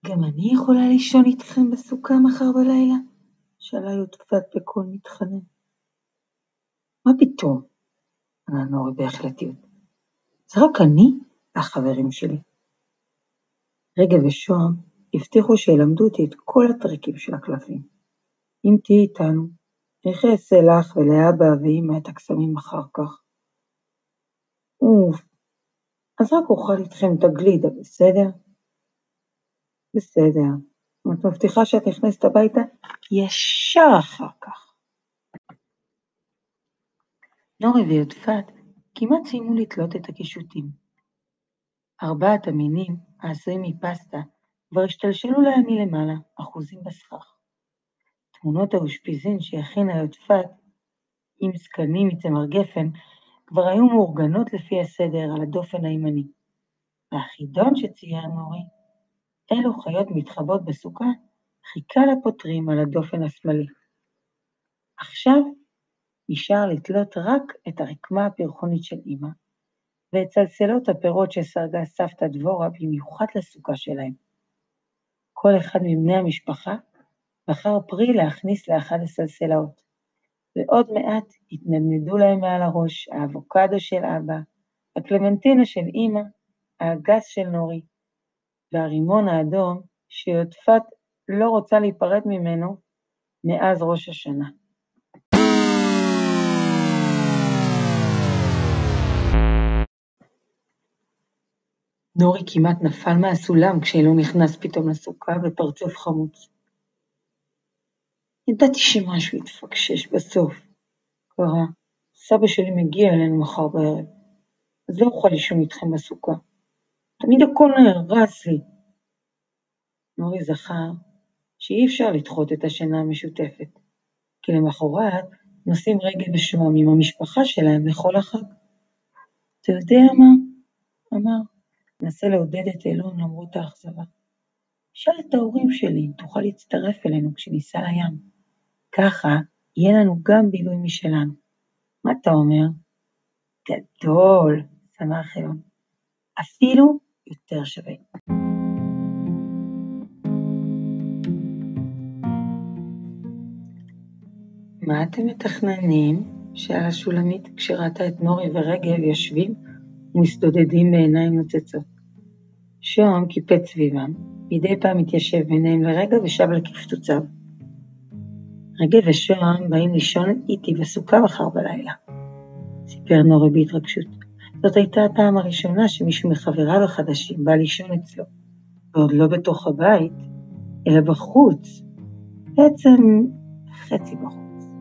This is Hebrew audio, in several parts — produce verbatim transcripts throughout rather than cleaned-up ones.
גם אני יכולה לישון איתכם בסוכה מחר בלילה? שאלה יודפת בקול מתחנן. מה פתאום? ענה נורי בהחלטיות. זה רק אני והחברים שלי. רגב ושוהם הבטיחו שילמדו אותי את כל הטריקים של הקלפים. אם תהי איתנו, איך אעשה לך ולאבא ואמא את הקסמים אחר כך? אוף, אז רק אוכל איתכם את הגלידה, בסדר? בסדר. את מבטיחה שאת נכנסת הביתה ישר אחר כך. נורי ויודפת כמעט סיימו לתלות את הקישוטים. ארבעת המינים, העשויים מפסטה, כבר השתלשלו להם מלמעלה, אחוזים בסכך. תמונות האושפיזין שהכינה יודפת, עם זקנים מצמר גפן, כבר היו מאורגנות לפי הסדר על הדופן הימני. והחידון שצייר נורי, אלו חיות מתחבאות בסוכה, חיכה לפותרים על הדופן השמאלי. עכשיו נשאר לתלות רק את הרקמה הפרחונית של אמא, ואת סלסלות הפירות שסרגה סבתא דבורה במיוחד לסוכה שלהם. כל אחד מבני המשפחה בחר פרי להכניס לאחד הסלסלות, ועוד מעט התנדנדו להם מעל הראש האבוקדו של אבא, הקלמנטינה של אמא, האגס של נורי, והרימון האדום שיודפת לא רוצה להיפרד ממנו מאז ראש השנה. נורי כמעט נפל מהסולם כשאלו נכנס פתאום לסוכה בפרצוף חמוץ. ידעתי שמשהו יתפקשש בסוף. קרה, סבא שלי מגיע אלינו מחר בערב, אז לא אוכל לישון איתכם בסוכה. תמיד הכל נהרס לי. נורי זכר שאי אפשר לדחות את השינה המשותפת, כי למחרת נוסעים רגב ושוהם עם המשפחה שלהם לכל החג. אתה יודע מה? אמר, נסה לעודד את אלון למרות האכזבה. שאל את ההורים שלי אם תוכל להצטרף אלינו כשניסע לים. ככה יהיה לנו גם בילוי משלנו. מה אתה אומר? גדול, שמח אלון. אפילו יותר שווה. מה אתם מתכננים? שאלה שולמית כשראתה את נורי ורגב יושבים ומסתודדים בעיניים נוצצות. שוהם קיפץ סביבם, מדי פעם התיישב ביניהם לרגע ושב לקפצוציו. רגב ושוהם באים לישון איתי בסוכה מחר בלילה, סיפר נורי בהתרגשות. זאת הייתה הפעם הראשונה שמישהו מחבריו החדשים בא לישון אצלו, ועוד לא בתוך הבית, אלא בחוץ, בעצם חצי בחוץ.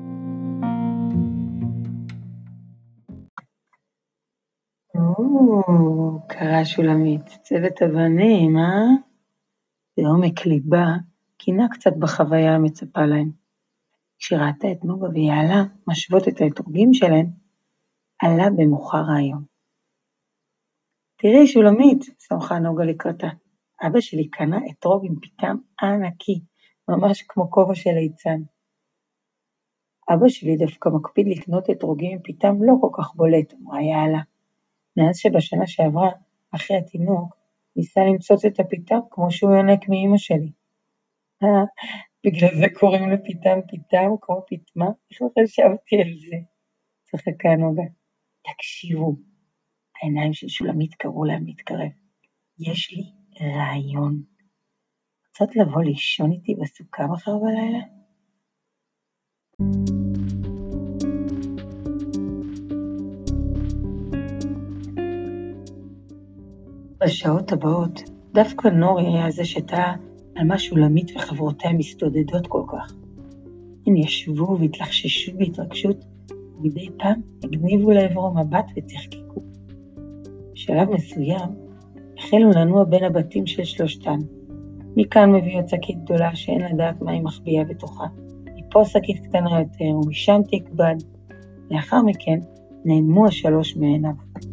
או, קרא שולמית, צוות הבנים, אה? בעומק ליבה, קינה קצת בחוויה המצפה להם. כשראתה את נוגה ויעלה משוות את האתרוגים שלהם, עלה במוחה רעיון. תראי שולמית, שמחה נוגה לקראתה, אבא שלי קנה אתרוג עם פיתם ענקי, ממש כמו כובע של ליצן. אבא שלי דווקא מקפיד לקנות אתרוגים עם פיתם לא כל כך בולט, אמרה יעלה. מאז שבשנה שעברה, אחרי התינוק, ניסה למצוץ את הפיתם כמו שהוא יונק מאמא שלי. אה, בגלל זה קוראים לפיתם פיתם כמו פיתמה? איך לא חשבתי על זה? צחקה נוגה. תקשיבו, העיניים של שולמית קראו להם להתקרב. יש לי רעיון. קצת לבוא לישון איתי בסוכה מחר בלילה? בשעות הבאות, דווקא נורי היה זה שתהה על מה שולמית וחברותיה מסתודדות כל כך. הן ישבו והתלחששו בהתרגשות, ומדי פעם הגניבו לעברו מבט וצחקקו. בשלב מסוים, החלו לנוע בין הבתים של שלושתן. מכאן מביאות שקית גדולה שאין לדעת מה היא מחביאה בתוכה. מפה שקית קטנה יותר ומשם תיק בד. לאחר מכן נעלמו השלוש מעיניו.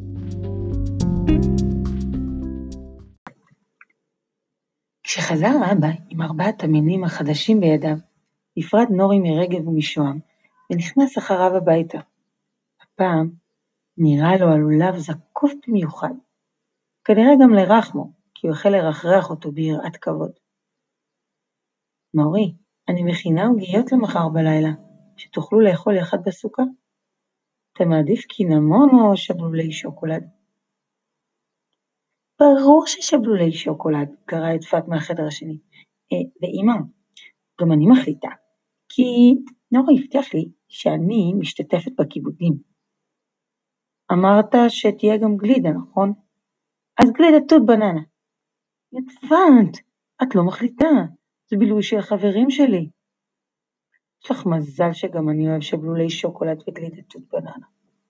כשחזר אבא עם ארבעת המינים החדשים בידיו, נפרד נורי מרגב ומשועם ונכנס אחריו הביתה. הפעם נראה לו הלולב זקוף במיוחד. כנראה גם לרחמו, כי הוא החל לרחרח אותו ביראת כבוד. נורי, אני מכינה עוגיות למחר בלילה, שתוכלו לאכול יחד בסוכה? אתה מעדיף קינמון או שבלולי שוקולד? ברור ששבלולי שוקולד, קרא יפעת מהחדר השני. אה, ואמא, גם אני מחליטה, כי נורי הבטיח לי שאני משתתפת בכיבודים. אמרת שתהיה גם גלידה, נכון? אז גלידה תות בננה. יפעת, את לא מחליטה, זה בילוי של החברים שלי. יש לך מזל שגם אני אוהב שבלולי שוקולד וגלידה תות בננה.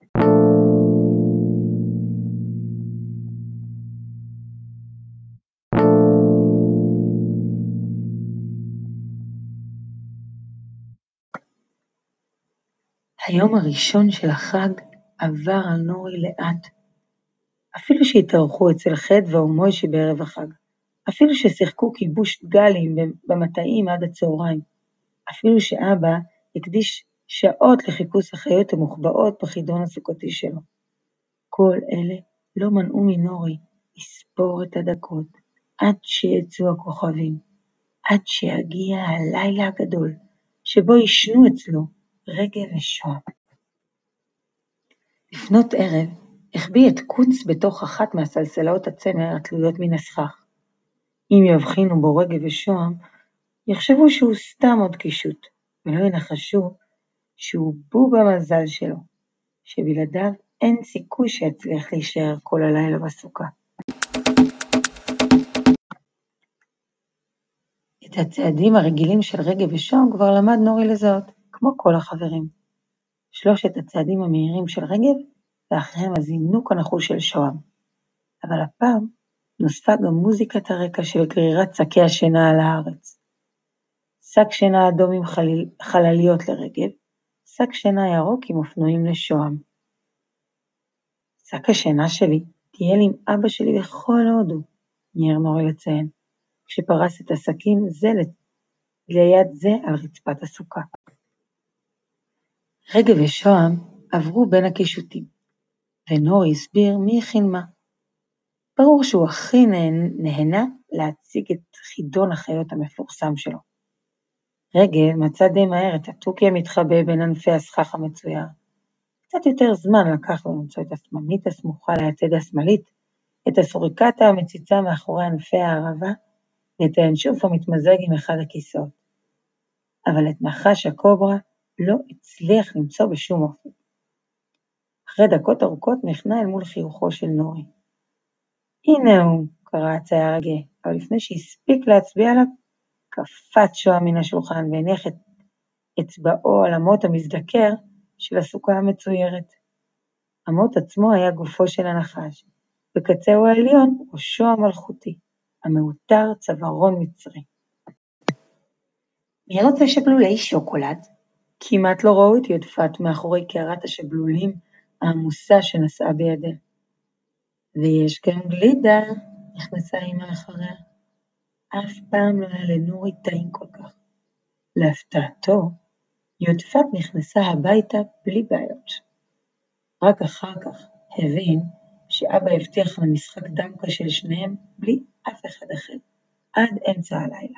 היום הראשון של החג עבר על נורי לאט. אפילו שהתארחו אצל חד והומוישי בערב החג, אפילו ששיחקו כיבוש גלים במטעים עד הצהריים, אפילו שאבא הקדיש שעות לחיפוש החיות המוחבאות בחידון הסוכתי שלו. כל אלה לא מנעו מנורי לספור את הדקות עד שיצאו הכוכבים, עד שיגיע הלילה הגדול שבו ישנו אצלו רגב ושוהם. לפנות ערב החביא את קונץ בתוך אחת מהסלסלות הצמר התלויות מן הסכך. אם יבחינו בו רגב ושוהם, יחשבו שהוא סתם עוד קישוט, ולא ינחשו שהוא בוב המזל שלו, שבלעדיו אין סיכוי שיצליח להישאר כל הלילה בסוכה. את הצעדים הרגילים של רגב ושוהם כבר למד נורי לזהות, כמו כל החברים. שלושת הצעדים המהירים של רגב, ואחריהם הזינוק הנחוש של שוהם. אבל הפעם נוספה גם מוזיקת הרקע של גרירת שקי השינה על הארץ. שק שינה אדום עם חליל, חלליות לרגב, שק שינה ירוק עם אופנועים לשוהם. שק השינה שלי תהיה לי עם אבא שלי בכל הודו, נער נורי לציין, כשפרס את השקים זה ליד זה על רצפת הסוכה. רגב ושוהם עברו בין הקישוטים, ונורי הסביר מי הכין מה. ברור שהוא הכי נהנה להציג את חידון החיות המפורסם שלו. רגב מצא די מהר את התוכי המתחבא בין ענפי הסכך המצויר. קצת יותר זמן לקח לו למצוא את הסמנית הסמוכה ליתד השמאלית, את הסוריקטה המציצה מאחורי ענפי הערבה, ואת האנשוף המתמזג עם אחד הכיסאות. אבל את נחש הקוברה לא הצליח למצוא בשום אופן. אחרי דקות ארוכות נכנע אל מול חיוכו של נורי. הנה הוא, קרא הצייר הגאה, אבל לפני שהספיק להצביע עליו, קפץ שוהם מן השולחן והניח את אצבעו על אמות המזדקר של הסוכה המצוירת. אמות עצמו היה גופו של הנחש, בקצהו העליון ראשו המלכותי, המעוטר צווארון מצרי. מי רוצה שבלולי שוקולד? כמעט לא ראו את יודפת מאחורי קערת השבלולים העמוסה שנשאה בידיה. ויש גם גלידה, נכנסה אמא אחריה. אף פעם לא היה לנורי טעים כל כך. להפתעתו, יודפת נכנסה הביתה בלי בעיות. רק אחר כך הבין שאבא הבטיח למשחק דמקה של שניהם בלי אף אחד אחר, עד אמצע הלילה.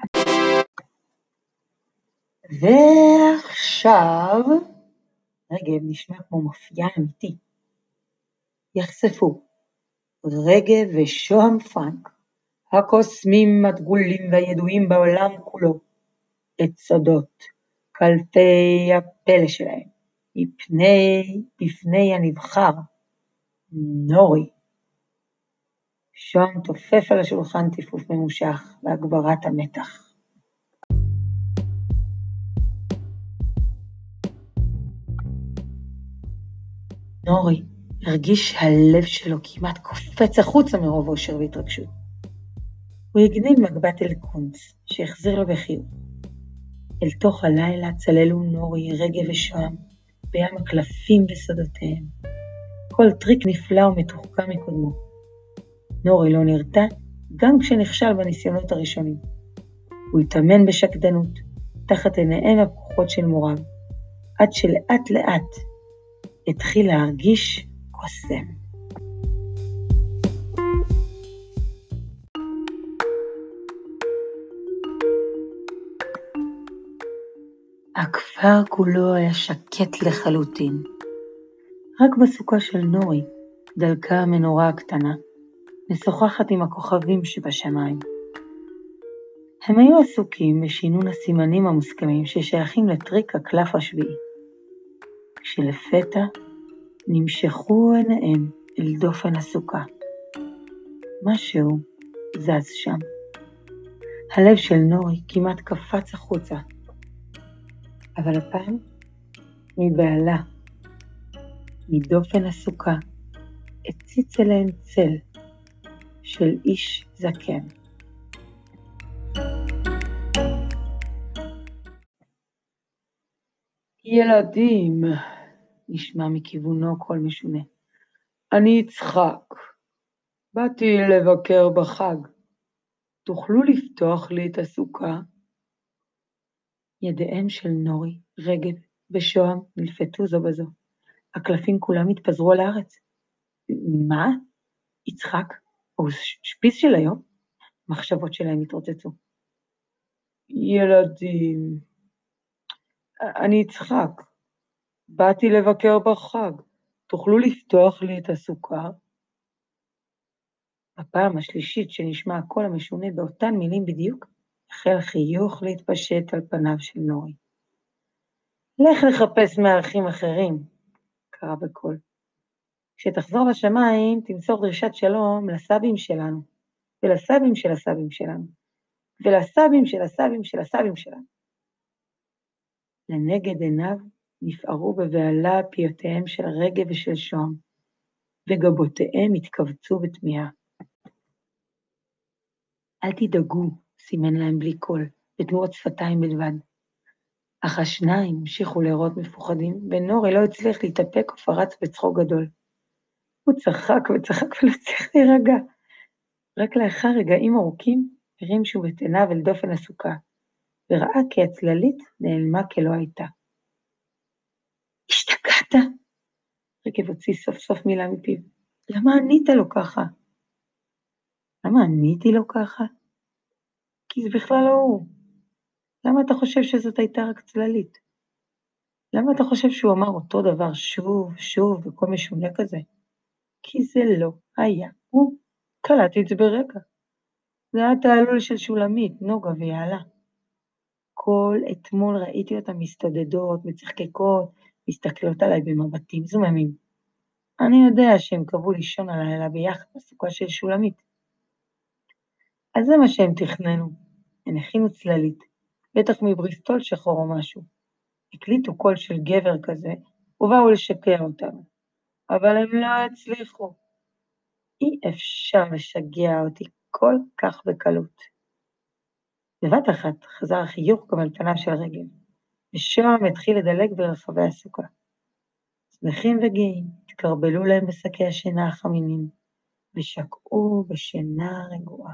ועכשיו, רגב נשמע כמו מופיע אמיתי. יחשפו רגב ושוהם פרנק, הקוסמים הדגולים והידועים בעולם כולו, את סודות כלפי הפלא שלהם, מפני, בפני הנבחר, נורי. שוהם תופף על השולחן טיפוף ממושך להגברת המתח. נורי הרגיש הלב שלו כמעט קופץ החוצה מרוב אושר והתרגשות. הוא הגניב מגבת אל קונץ, שהחזיר לו בחיוך. אל תוך הלילה צללו נורי, רגב ושוהם, בים הקלפים וסודותיהם. כל טריק נפלא ומתוחכם מקודמו. נורי לא נרתע, גם כשנכשל בניסיונות הראשונים. הוא התאמן בשקדנות, תחת עיניהם הפקוחות של מוריו, עד שלאט לאט התחיל להרגיש קוסם. הכפר כולו היה שקט לחלוטין. רק בסוכה של נורי דלקה המנורה הקטנה, משוחחת עם הכוכבים שבשמיים. הם היו עסוקים בשינון הסימנים המוסכמים ששייכים לטריק הקלף השביעי. כשלפתע נמשכו עיניהם אל דופן הסוכה. משהו זז שם. הלב של נורי כמעט קפץ החוצה. אבל הפעם מבעלה, מדופן הסוכה, הציץ אליהם צל של איש זקן. ילדים, נשמע מכיוונו קול משונה. אני יצחק, באתי לבקר בחג. תוכלו לפתוח לי את הסוכה? ידיהם של נורי, רגב ושוהם נלפתו זו בזו. הקלפים כולם התפזרו על הארץ. מה? יצחק? הוא שפיס של היום? מחשבות שלהם התרוצצו. ילדים, אני יצחק, באתי לבקר בחג. תוכלו לפתוח לי את הסוכה? בפעם השלישית שנשמע הקול המשונה באותן מילים בדיוק, החל חיוך להתפשט על פניו של נורי. לך לחפש מארחים אחרים, קרא בקול. כשתחזור לשמיים, תמסור דרישת שלום לסבים שלנו, ולסבים של הסבים שלנו, ולסבים של הסבים של הסבים שלנו. לנגד עיניו נפערו בבעלה פיותיהם של רגב ושל שוהם, וגבותיהם התכווצו בתמיהה. אל תדאגו, סימן להם בלי קול, בתנועות שפתיים בלבד. אך השניים המשיכו להיראות מפוחדים, ונורי לא הצליח להתאפק ופרץ בצחוק גדול. הוא צחק וצחק ולא הצליח להירגע. רק לאחר רגעים ארוכים הרים שוב את עיניו אל דופן הסוכה, וראה כי הצללית נעלמה כלא הייתה. השתגעת? רגב הוציא סוף סוף מילה מפיו. למה ענית לו ככה? למה עניתי לו ככה? כי זה בכלל לא הוא. למה אתה חושב שזאת הייתה רק צללית? למה אתה חושב שהוא אמר אותו דבר שוב, שוב, וכל משונה כזה? כי זה לא היה הוא. קלטתי את זה ברגע. זה היה תעלול של שולמית, נוגה ויעלה. כל אתמול ראיתי אותם מסתודדות, מצחקקות, מסתכלות עליי במבטים זוממים. אני יודע שהם קבעו לישון על הלילה ביחד בסוכה של שולמית. אז זה מה שהם תכננו. הם הכינו צללית, בטח מבריסטול שחור או משהו. הקליטו קול של גבר כזה, ובאו לשקר אותנו. אבל הם לא הצליחו. אי אפשר לשגע אותי כל כך בקלות. בבת אחת חזר החיוך גם על פניו של רגב, ושוהם התחיל לדלג ברחבי הסוכה. שמחים וגאים התקרבלו להם בשקי השינה החמימים, ושקעו בשינה רגועה.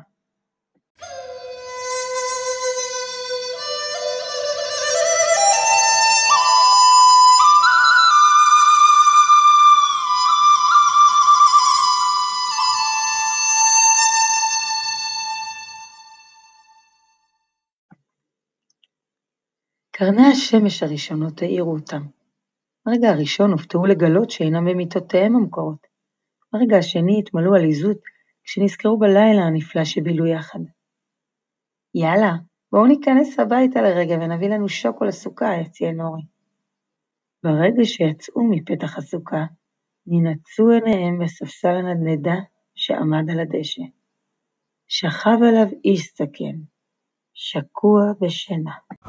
קרני השמש הראשונות העירו אותם. ברגע הראשון הופתעו לגלות שאינם במיטותיהם המקורות. ברגע השני התמלאו עליזות כשנזכרו בלילה הנפלא שבילו יחד. יאללה, בואו ניכנס הביתה לרגע ונביא לנו שוקו לסוכה, יציע נורי. ברגע שיצאו מפתח הסוכה, ננצו עיניהם בספסל הנדנדה שעמד על הדשא. שכב עליו איש זקן, שקוע בשינה.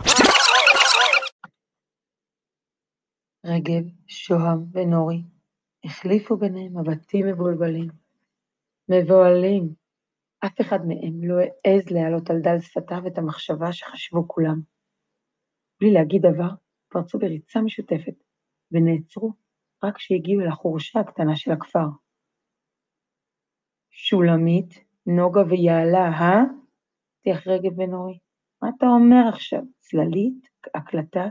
רגב, שוהם ונורי החליפו ביניהם מבטים מבולבלים, מבועלים. אף אחד מהם לא העז להעלות על דל שפתיו את המחשבה שחשבו כולם. בלי להגיד דבר, פרצו בריצה משותפת, ונעצרו רק שהגיעו אל החורשה הקטנה של הכפר. שולמית, נוגה ויעלה, אה? תיח רגב ונורי. מה אתה אומר עכשיו? צללית? הקלטה?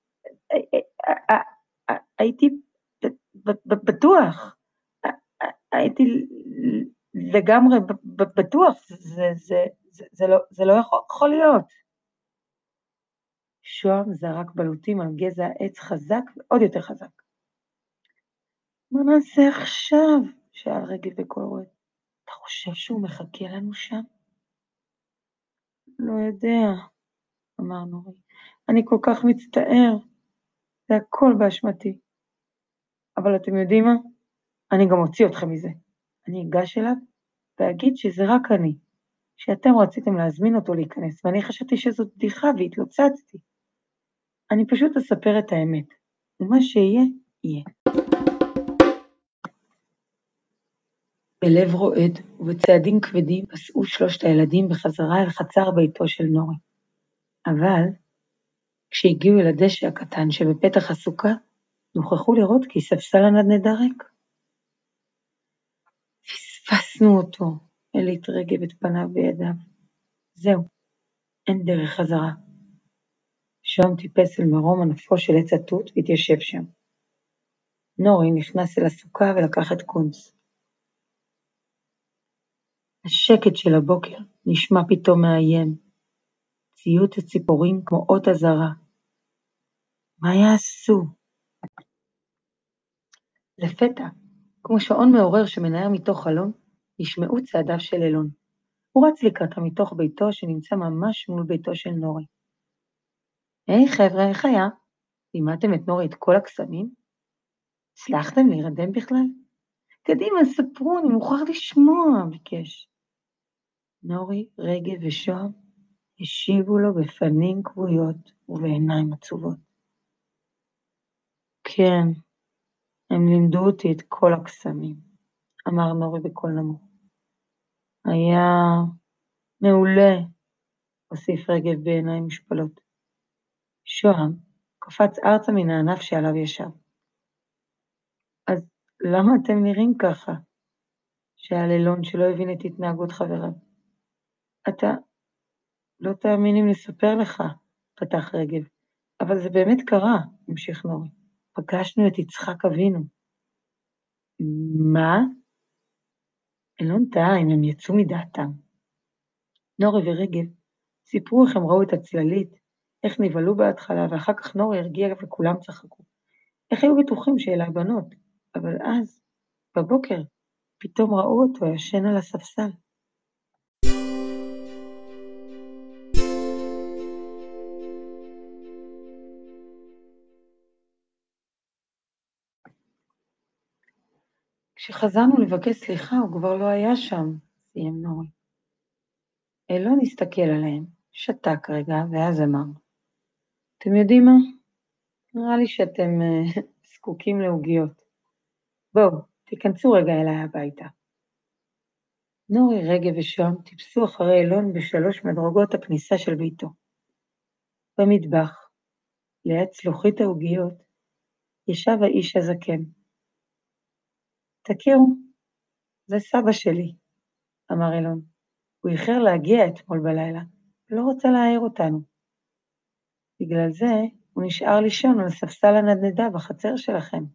הייתי בטוח. הייתי לגמרי בטוח. זה לא יכול להיות. שוהם זרק בלוטים על גזע העץ חזק ועוד יותר חזק. מה נעשה עכשיו? שאל רגב בקול רועד. אתה חושב שהוא מחכה לנו שם? לא יודע, אמר נורי. אני כל כך מצטער. זה הכל באשמתי. אבל אתם יודעים מה? אני גם אוציא אתכם מזה. אני אגש אליו ואגיד שזה רק אני, שאתם רציתם להזמין אותו להיכנס, ואני חשבתי שזאת בדיחה והתלוצצתי. אני פשוט אספר את האמת, ומה שיהיה, יהיה. בלב רועד ובצעדים כבדים פסעו שלושת הילדים בחזרה אל חצר ביתו של נורי. אבל כשהגיעו אל הדשא הקטן שבפתח הסוכה, נוכחו לראות כי ספסל הנדנדה ריק. פספסנו אותו, הליט רגב את פניו בידיו. זהו, אין דרך חזרה. שוהם טיפס אל מרום ענפו של עץ התות והתיישב שם. נורי נכנס אל הסוכה ולקח את קונץ. השקט של הבוקר נשמע פתאום מאיים. ציוט הציפורים כמו אות אזהרה. מה יעשו? לפתע, כמו שעון מעורר שמנער מתוך חלום, נשמעו צעדיו של אילון. הוא רץ לקראתה מתוך ביתו שנמצא ממש מול ביתו של נורי. היי חבר'ה, איך היה? לימדתם את נורי את כל הקסמים? הצלחתם להירדם בכלל? קדימה, ספרו, אני מוכרח לשמוע, ביקש. נורי, רגב ושוהם השיבו לו בפנים כבויות ובעיניים עצובות. כן, הם לימדו אותי את כל הקסמים, אמר נורי בקול נמוך. היה מעולה, הוסיף רגב בעיניים משפלות. שוהם קפץ ארצה מן הענף שעליו ישב. אז למה אתם נראים ככה? שאל אילון שלא הבין את התנהגות חבריו. אתה לא תאמין אם נספר לך, פתח רגב. אבל זה באמת קרה, המשיך נורי. פגשנו את יצחק אבינו. מה? אילון טעה אם הם יצאו מדעתם. נורי ורגב סיפרו איך הם ראו את הצללית, איך נבהלו בהתחלה, ואחר כך נורי הרגיע וכולם צחקו. איך היו בטוחים שאלה הבנות, אבל אז, בבוקר, פתאום ראו אותו ישן על הספסל. כשחזרנו לבקש סליחה, הוא כבר לא היה שם, סיים נורי. אילון הסתכל עליהם, שתק רגע, ואז אמר, אתם יודעים מה? נראה לי שאתם uh, זקוקים לעוגיות. בואו, תיכנסו רגע אליי הביתה. נורי, רגב ושוהם טיפסו אחרי אילון בשלוש מדרגות הכניסה של ביתו. במטבח, ליד צלוחית העוגיות, ישב האיש הזקן. תכירו, זה סבא שלי, אמר אילון. הוא איחר להגיע אתמול בלילה, ולא רוצה להעיר אותנו. בגלל זה הוא נשאר לישון על ספסל הנדנדה בחצר שלכם.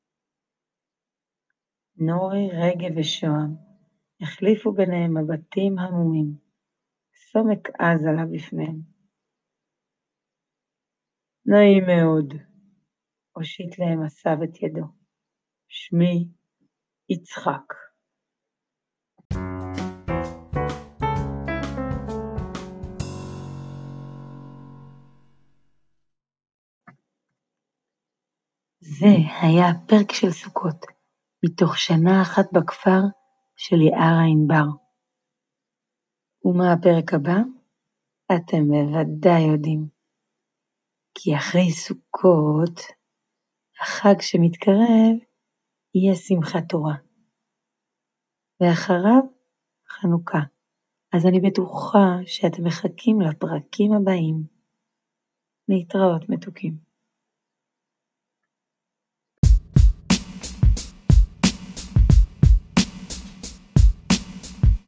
נורי, רגב ושוהם החליפו ביניהם מבטים המומים. סומק עז עלה בפניהם. נעים מאוד, הושיט להם הסב את ידו. שמי יצחק. זה היה הפרק של סוכות, מתוך שנה אחת בכפר של יער הענבר. ומה הפרק הבא? אתם בוודאי יודעים. כי אחרי סוכות, החג שמתקרב, יהיה שמחת תורה. ואחריו, חנוכה. אז אני בטוחה שאתם מחכים לפרקים הבאים. להתראות מתוקים.